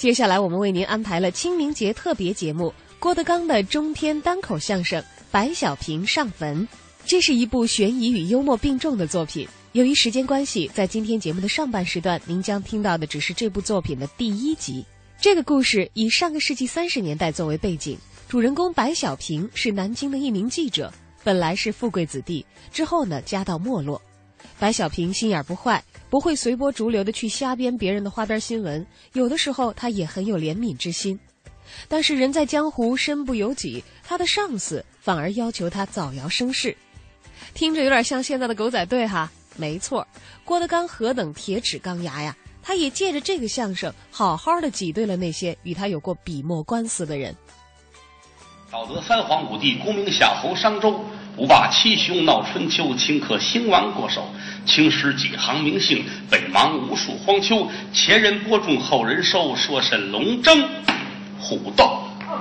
接下来我们为您安排了清明节特别节目郭德纲的中篇单口相声《白小平上坟》。这是一部悬疑与幽默并重的作品。由于时间关系，在今天节目的上半时段，您将听到的只是这部作品的第1集。这个故事以上个世纪30年代作为背景，主人公白小平是南京的一名记者，本来是富贵子弟，之后呢家道没落。白小平心眼不坏，不会随波逐流的去瞎编别人的花边新闻，有的时候他也很有怜悯之心。但是人在江湖身不由己，他的上司反而要求他早摇生事。听着有点像现在的狗仔队哈，没错，郭德纲何等铁齿钢牙呀，他也借着这个相声好好的挤兑了那些与他有过笔墨官司的人。 道德三皇五帝，功名夏侯商周，五霸七雄闹春秋，顷刻兴亡过手，青史几行名姓，北邙无数荒丘，前人播种后人收，说甚龙争虎斗。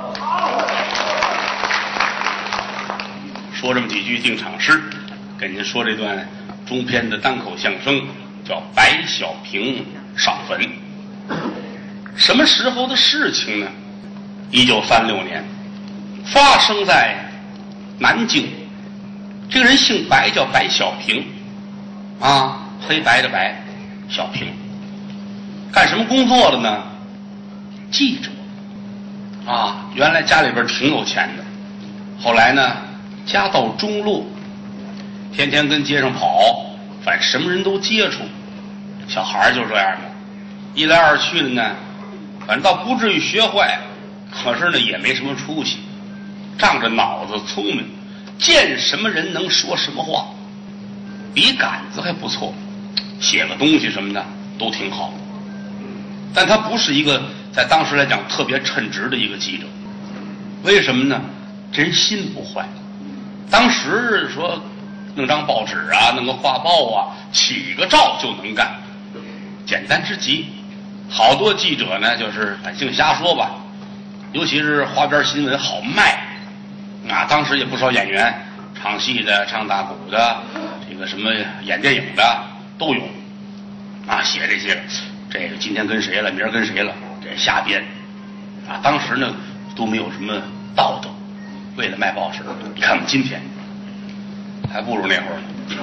说这么几句定场诗，跟您说这段中篇的单口相声，叫白小平上坟。什么时候的事情呢？1936年，发生在南京。这个人姓白，叫白小平，啊，黑白的白，小平。干什么工作的呢？记者。啊，原来家里边挺有钱的，后来呢，家道中落，天天跟街上跑，反正什么人都接触。小孩就这样的，一来二去的呢，反正倒不至于学坏，可是呢也没什么出息，仗着脑子聪明，见什么人能说什么话，笔杆子还不错，写个东西什么的都挺好。但他不是一个在当时来讲特别称职的一个记者。为什么呢？这人心不坏。当时说弄张报纸啊，弄个画报啊，起个照就能干，简单之极。好多记者呢就是反正瞎说吧，尤其是花边新闻好卖啊。当时也不少演员，唱戏的、唱大鼓的，这个什么演电影的都有啊，写这些这个今天跟谁了，明儿跟谁了，这瞎编啊。当时呢都没有什么道德，为了卖报纸。你看我们今天还不如那会儿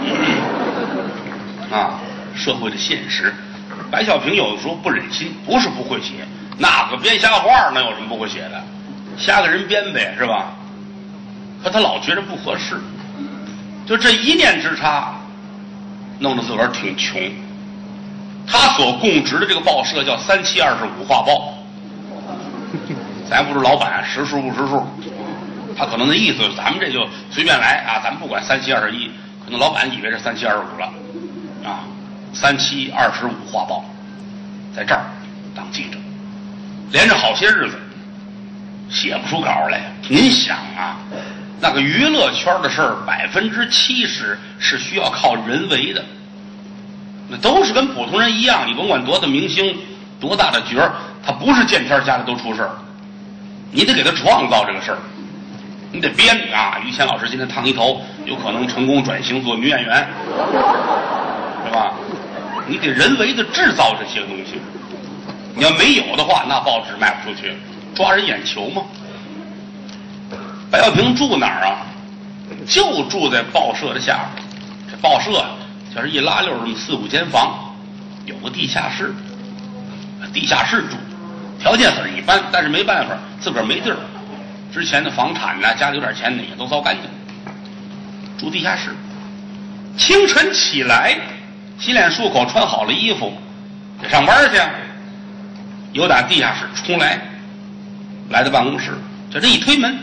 呢啊，社会的现实。白小平有的时候不忍心，不是不会写，那个编瞎话那有什么不会写的，瞎个人编呗，是吧？可他老觉得不合适，就这一念之差，弄得自个儿挺穷。他所供职的这个报社叫3725画报，咱不是老板实数不实数，他可能的意思咱们这就随便来啊，咱们不管3721，可能老板以为是3725了啊。3725画报在这儿当记者，连着好些日子写不出稿来。您想啊，那个娱乐圈的事儿70%是需要靠人为的，那都是跟普通人一样，你甭管多大明星多大的角儿，他不是见天下来都出事儿，你得给他创造这个事儿，你得编啊。于谦老师今天烫一头，有可能成功转型做女演员，是吧？你得人为的制造这些东西，你要没有的话，那报纸卖不出去，抓人眼球嘛。白小平住哪儿啊？就住在报社的下边。这报社就是一拉溜这么4-5间房，有个地下室，地下室住，条件很一般，但是没办法，自个儿没地儿。之前的房产呢，家里有点钱的也都糟干净，住地下室。清晨起来，洗脸漱口，穿好了衣服，得上班去。有打地下室出来到办公室，就这一推门，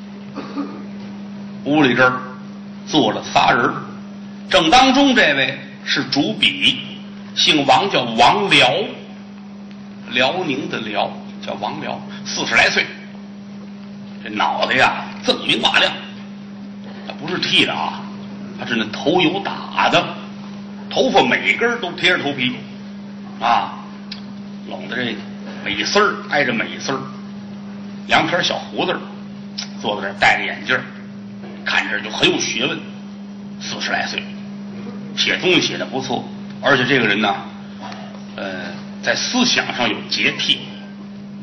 屋里这儿坐了仨人，正当中这位是主笔，姓王，叫王辽，辽宁的辽，叫王辽，40来岁，这脑袋呀锃明瓦亮，他不是剃的啊，他是那头油打的，头发每根都贴着头皮啊，拢的这美丝儿挨着美丝儿，2撇小胡子，坐在这儿戴着眼镜，看着就很有学问，40来岁，写东西写得不错，而且这个人呢在思想上有洁癖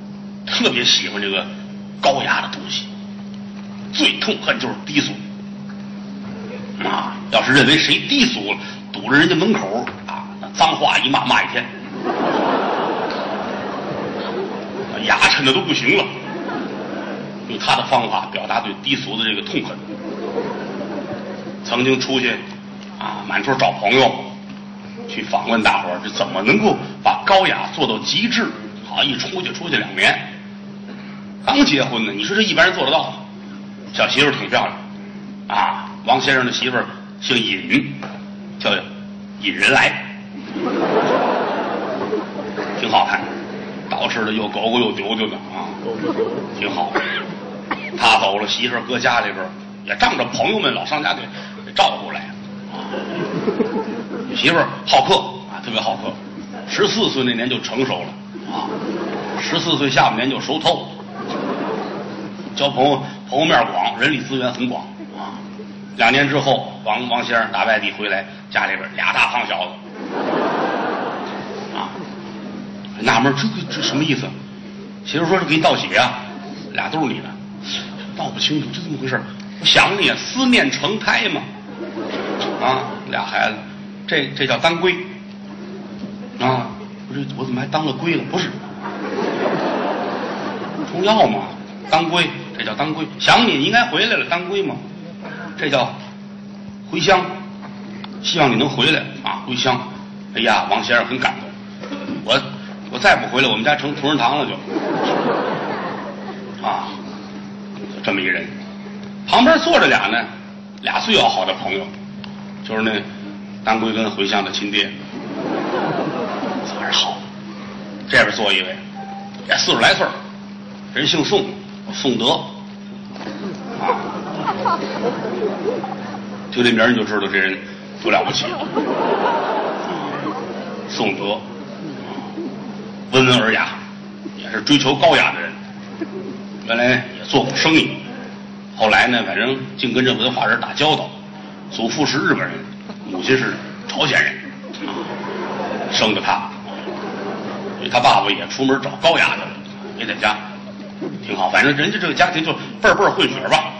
特别喜欢这个高雅的东西，最痛恨就是低俗。啊，要是认为谁低俗了，堵着人家门口啊，那脏话一骂骂一天，牙碜的都不行了。用他的方法表达对低俗的这个痛恨。曾经出去啊，满处找朋友，去访问大伙儿，这怎么能够把高雅做到极致？好，一出去2年，刚结婚呢，你说这一般人做得到吗？小媳妇儿挺漂亮啊。王先生的媳妇儿姓尹，叫尹人来，挺好看，捯饬的又狗狗又丢丢的啊，挺好。他走了，媳妇儿搁家里边也仗着朋友们老上家给照顾来啊。媳妇儿好客啊，特别好客。14岁那年就成熟了啊，14岁下半年就熟透了，交朋友面广，人力资源很广啊。2年之后，王先生打外地回来，家里边俩大胖小子，啊，纳闷这什么意思？媳妇说是给你道喜啊，俩都是你的，闹不清楚，就这么回事。我想你啊，思念成胎嘛，啊，俩孩子，这叫当归，啊，我怎么还当了归了？不是，中药嘛，当归，这叫当归。想你应该回来了，当归嘛。这叫回乡，希望你能回来啊！回乡，哎呀，王先生很感动。我再不回来，我们家成同仁堂了就。啊，就这么一个人，旁边坐着俩呢，2岁要好的朋友，就是那当归跟回乡的亲爹，仨人好。这边坐一位，也40来岁，人姓宋，宋德，啊。就这名儿你就知道这人多了不起了。宋德，温文尔雅，也是追求高雅的人。原来也做过生意，后来呢，反正净跟这文化人打交道。祖父是日本人，母亲是朝鲜人，生的他。所以他爸爸也出门找高雅的，也在家挺好。反正人家这个家庭就辈儿混血吧。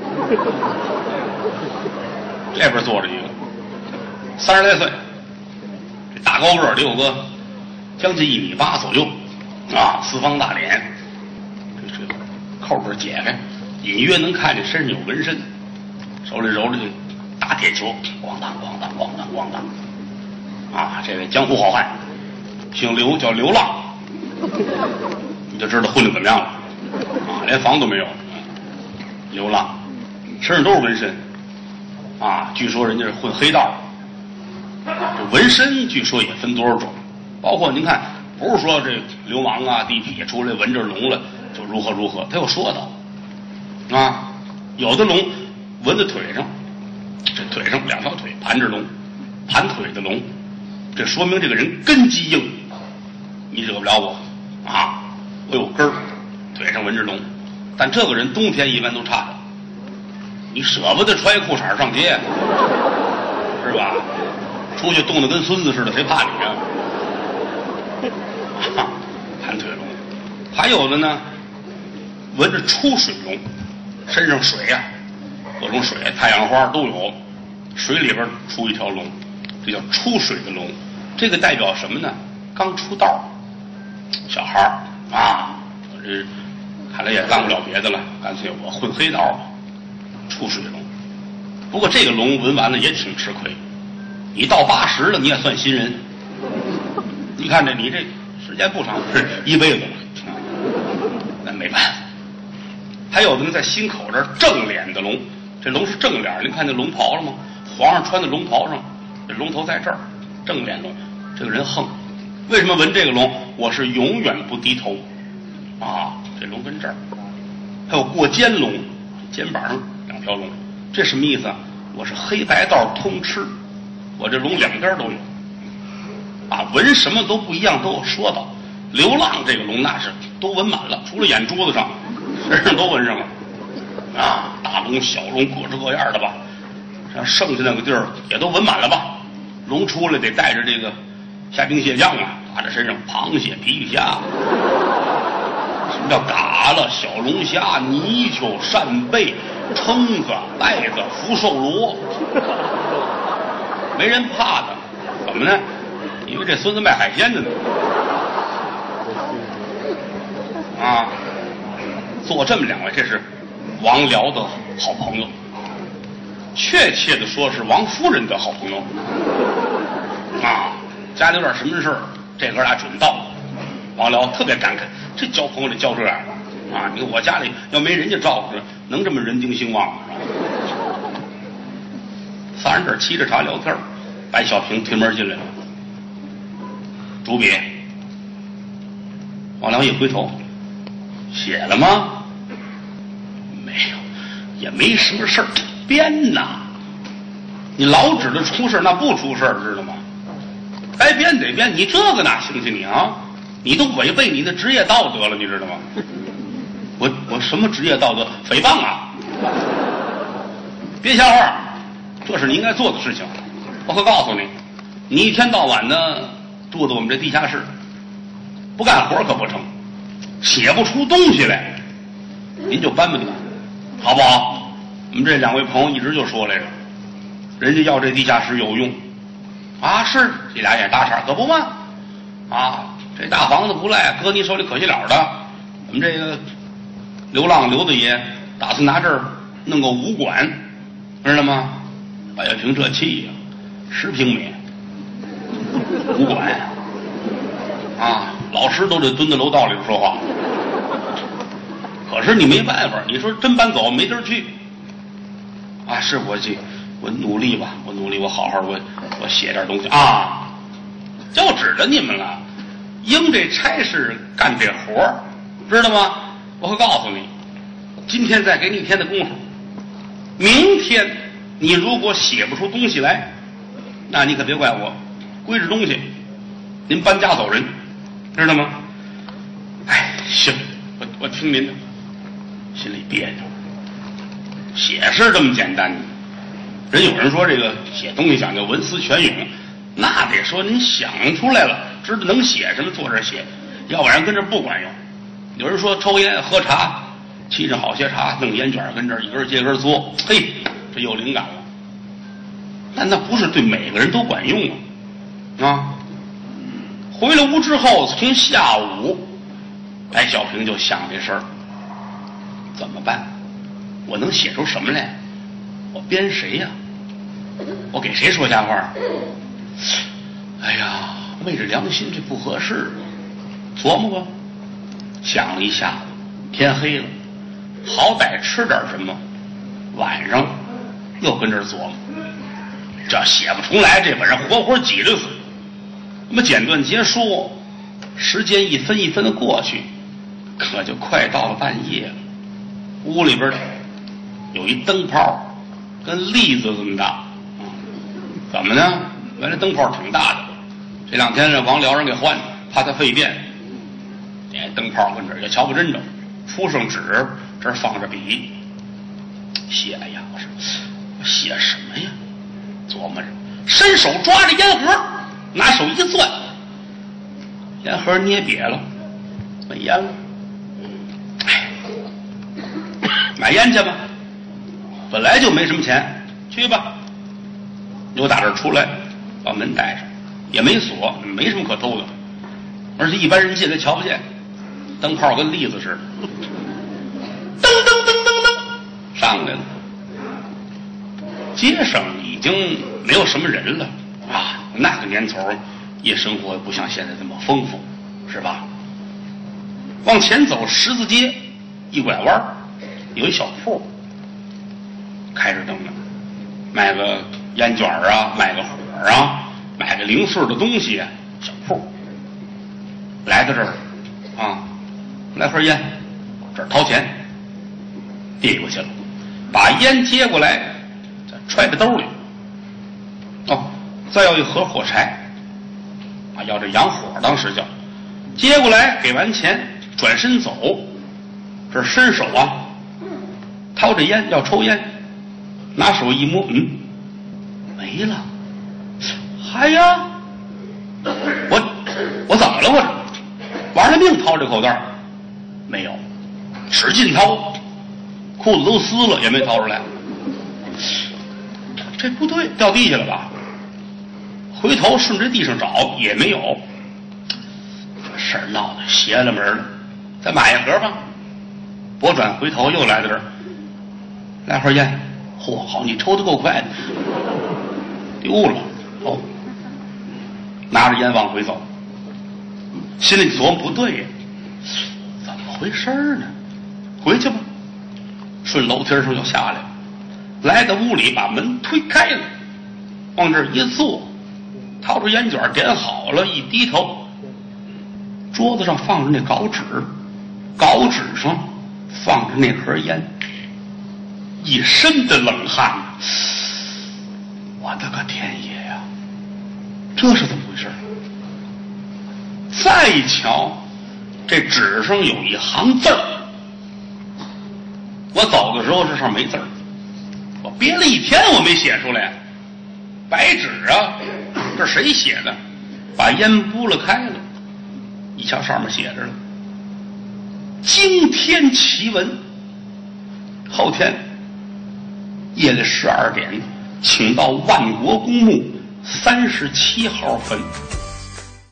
这边坐着一个30来岁，这大高个得有个将近1.8米左右啊，四方大脸，这扣子解开，隐约能看见身上有纹身，手里揉着这大铁球，咣当咣当咣当咣当。啊，这位江湖好汉，姓刘，叫刘浪，你就知道混得怎么样了啊，连房都没有。流浪，身上都是纹身，啊，据说人家是混黑道。这纹身据说也分多少种，包括您看，不是说这流氓啊、地痞出来纹着龙了就如何如何，他有说道啊，有的龙纹在腿上，这腿上2条腿盘着龙，盘腿的龙，这说明这个人根基硬，你惹不了我啊，我有根儿，腿上纹着龙。但这个人冬天一般都差着，你舍不得穿裤衩上街，是吧？出去冻得跟孙子似的，谁怕你啊？盘腿龙，还有的呢，纹着出水龙，身上水啊，各种水、太阳花都有，水里边出一条龙，这叫出水的龙。这个代表什么呢？刚出道，小孩啊，这。看来也干不了别的了，干脆我混黑道吧，出水龙。不过这个龙纹完了也挺吃亏，你到80了你也算新人。你看你这时间不长，是一辈子了，那没办法。还有的呢，在心口这儿正脸的龙，这龙是正脸，您看那龙袍了吗？皇上穿的龙袍上，这龙头在这儿，正脸龙。这个人横，为什么纹这个龙？我是永远不低头啊。这龙跟这儿，还有过肩龙，肩膀上2条龙，这什么意思啊？我是黑白道通吃，我这龙2边都有，啊，纹什么都不一样，都有说道。流浪这个龙那是都纹满了，除了眼珠子上，身上都纹上了，啊，大龙小龙各式各样的吧，像剩下那个地儿也都纹满了吧。龙出来得带着这个虾兵蟹将啊，打在身上，螃蟹、皮皮虾。 要嘎了、小龙虾、泥鳅、扇贝、蛏子、带子、福寿螺，没人怕他，怎么呢？因为这孙子卖海鲜的呢。啊，做这么两位，这是王僚的好朋友，确切的说是王夫人的好朋友。啊，家里有点什么事儿，这哥俩准到。王僚特别感慨，这交朋友得交这样的啊！你看我家里要没人家照顾着，能这么人丁兴旺吗？仨人这儿沏着茶聊天，白小平推门进来了，主笔。王僚一回头，写了吗？没有，也没什么事儿，编呐。你老指着出事，那不出事知道吗？该编得编，你这个哪行去你啊？你都违背你的职业道德了，你知道吗？我什么职业道德？诽谤啊！编瞎话，这是你应该做的事情。我可告诉你，你一天到晚的住在我们这地下室，不干活可不成，写不出东西来，您就搬吧，好不好？我们这两位朋友一直就说来着，人家要这地下室有用啊，是这俩眼大茬可不嘛啊！这大房子不赖，搁你手里可惜了的。我们这个流浪刘大爷打算拿这儿弄个武馆，知道吗？白小平这气呀，10平米武馆啊，老师都得蹲在楼道里说话。可是你没办法，你说真搬走没地儿去啊！是我努力吧，我努力，我好好我写点东西啊，就指着你们了。应这差事干这活儿，知道吗？我会告诉你，今天再给你一天的功夫，明天你如果写不出东西来，那你可别怪我，归置东西，您搬家走人，知道吗？哎，行，我听您的，心里别扭。写是这么简单的，人有人说这个写东西讲究文思泉涌，那得说您想出来了，知道能写什么坐这儿写，要不然跟这不管用。有人说抽烟喝茶，沏上好些茶，弄烟卷跟这儿一根接根嘬，嘿，这有灵感了。但那不是对每个人都管用啊！回了屋之后，从下午，白小平就想这事儿，怎么办？我能写出什么来？我编谁呀？我给谁说瞎话？哎呀，昧着良心这不合适。琢磨吧，想了一下子，天黑了，好歹吃点什么。晚上又跟这儿琢磨，这写不出来，这把人活活挤着死。那么简短结束，时间一分一分的过去，可就快到了半夜了。屋里边有一灯泡，跟栗子这么大。怎么呢？原来灯泡挺大的，这两天这王僚人给换了，怕他费电。灯泡跟这儿也瞧不真着，铺上纸，这儿放着笔，写。哎呀，我写什么呀？琢磨着，伸手抓着烟盒，拿手一攥，烟盒捏瘪了，没烟了。哎，买烟去吧，本来就没什么钱，去吧。又打这儿出来，把门带上，也没锁，没什么可偷的，而且一般人进来瞧不见。灯泡跟栗子似的，噔噔噔噔噔上来了。街上已经没有什么人了啊，那个年头夜生活不像现在这么丰富，是吧？往前走十字街，一拐弯有一小铺，开着灯呢，卖个烟卷啊，卖个火啊，买个零碎的东西啊，小铺。来到这儿啊，来盒烟，这儿掏钱，递过去了，把烟接过来，再揣在兜里。哦，再要一盒火柴，啊，要这洋火，当时叫，接过来给完钱，转身走，这伸手啊，掏着烟要抽烟，拿手一摸，没了。哎呀，我怎么了？我玩了命掏这口袋， 没有，使劲掏，裤子都撕了也没掏出来。这不对，掉地下了吧？回头顺着地上找也没有。这事儿闹得邪了门了，再买一盒吧。拨转回头又来到这儿，来盒烟。嚯，好，你抽得够快的。丢了，哦，拿着烟往回走，心里琢磨不对呀，怎么回事呢？回去吧，顺楼梯上就下来了，来到屋里，把门推开了，往这儿一坐，掏出烟卷点好了，一低头，桌子上放着那稿纸，稿纸上放着那盒烟，一身的冷汗。我的个天爷呀，这是怎么回事？再一瞧，这纸上有一行字儿，我走的时候这上没字儿，我憋了一天我没写出来，白纸啊，这谁写的？把烟拨了开了，一瞧上面写着了：惊天奇闻，后天夜里12点，请到万国公墓37号坟。